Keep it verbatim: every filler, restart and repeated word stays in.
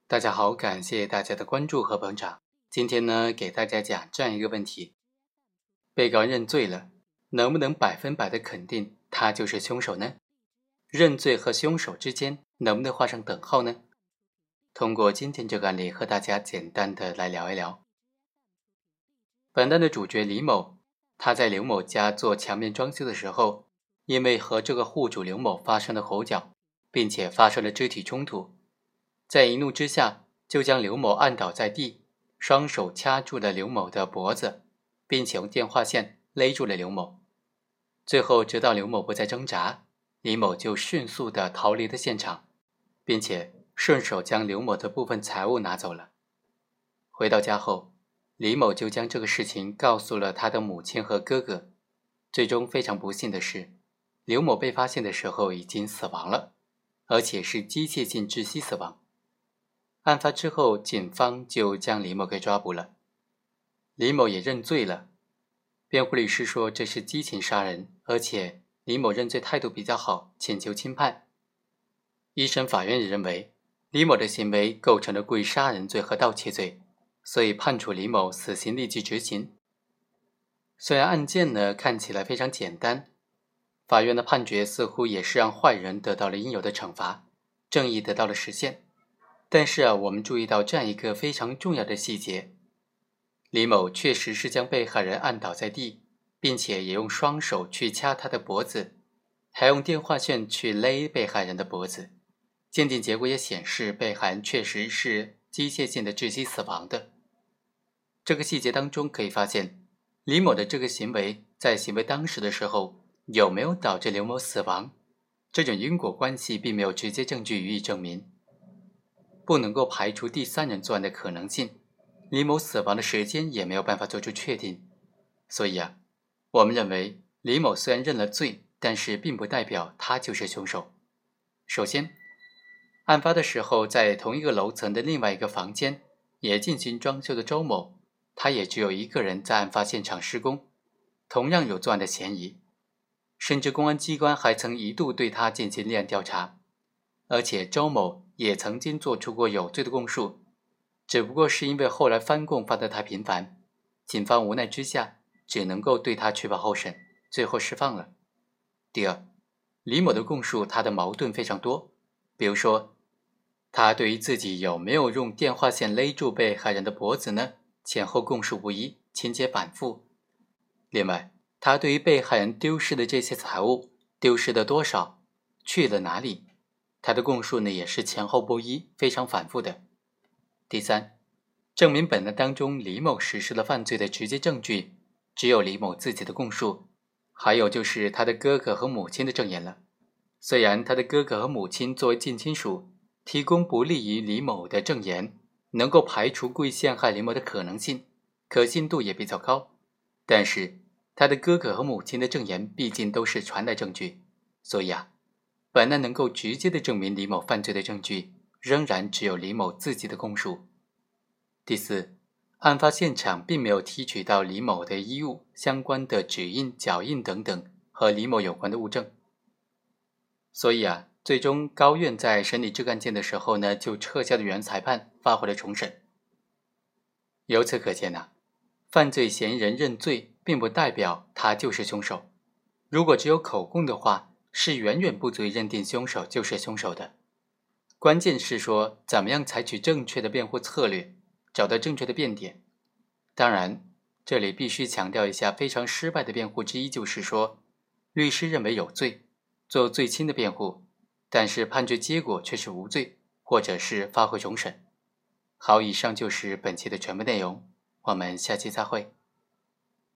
大家好，感谢大家的关注和捧场。今天呢，给大家讲这样一个问题：被告认罪了，能不能百分百的肯定他就是凶手呢？认罪和凶手之间能不能画上等号呢？通过今天这个案例和大家简单的来聊一聊。本案的主角李某，他在刘某家做墙面装修的时候，因为和这个户主刘某发生了口角，并且发生了肢体冲突，在一怒之下就将刘某按倒在地，双手掐住了刘某的脖子，并且用电话线勒住了刘某。最后直到刘某不再挣扎，李某就迅速地逃离了现场，并且顺手将刘某的部分财物拿走了。回到家后，李某就将这个事情告诉了他的母亲和哥哥。最终非常不幸的是，刘某被发现的时候已经死亡了，而且是机械性窒息死亡。案发之后，警方就将李某给抓捕了。李某也认罪了。辩护律师说这是激情杀人，而且李某认罪态度比较好，请求轻判。一审法院也认为李某的行为构成了故意杀人罪和盗窃罪，所以判处李某死刑立即执行。虽然案件呢看起来非常简单，法院的判决似乎也是让坏人得到了应有的惩罚，正义得到了实现。但是啊，我们注意到这样一个非常重要的细节：李某确实是将被害人按倒在地，并且也用双手去掐他的脖子，还用电话线去勒被害人的脖子。鉴定结果也显示，被害人确实是机械性的窒息死亡的。这个细节当中可以发现，李某的这个行为在行为当时的时候有没有导致刘某死亡，这种因果关系并没有直接证据予以证明，不能够排除第三人作案的可能性，李某死亡的时间也没有办法做出确定。所以啊，我们认为李某虽然认了罪，但是并不代表他就是凶手。首先，案发的时候在同一个楼层的另外一个房间也进行装修的周某，他也只有一个人在案发现场施工，同样有作案的嫌疑，甚至公安机关还曾一度对他进行立案调查。而且周某也曾经做出过有罪的供述，只不过是因为后来翻供翻得太频繁，警方无奈之下只能够对他确保候审，最后释放了。第二，李某的供述他的矛盾非常多，比如说他对于自己有没有用电话线勒住被害人的脖子呢，前后供述不一，情节反复。另外，他对于被害人丢失的这些财物，丢失的多少，去了哪里，他的供述呢也是前后不一，非常反复的。第三，证明本案当中李某实施了犯罪的直接证据，只有李某自己的供述，还有就是他的哥哥和母亲的证言了。虽然他的哥哥和母亲作为近亲属，提供不利于李某的证言，能够排除故意陷害李某的可能性，可信度也比较高，但是他的哥哥和母亲的证言毕竟都是传来证据，所以啊，本案能够直接的证明李某犯罪的证据，仍然只有李某自己的供述。第四，案发现场并没有提取到李某的衣物、相关的指印、脚印等等和李某有关的物证。所以啊，最终高院在审理这个案件的时候呢，就撤销了原裁判，发回了重审。由此可见啊，犯罪嫌疑人认罪并不代表他就是凶手，如果只有口供的话，是远远不足以认定凶手就是凶手的。关键是说怎么样采取正确的辩护策略，找到正确的辩点。当然，这里必须强调一下，非常失败的辩护之一就是说，律师认为有罪，做最轻的辩护，但是判决结果却是无罪，或者是发回重审。好，以上就是本期的全部内容，我们下期再会。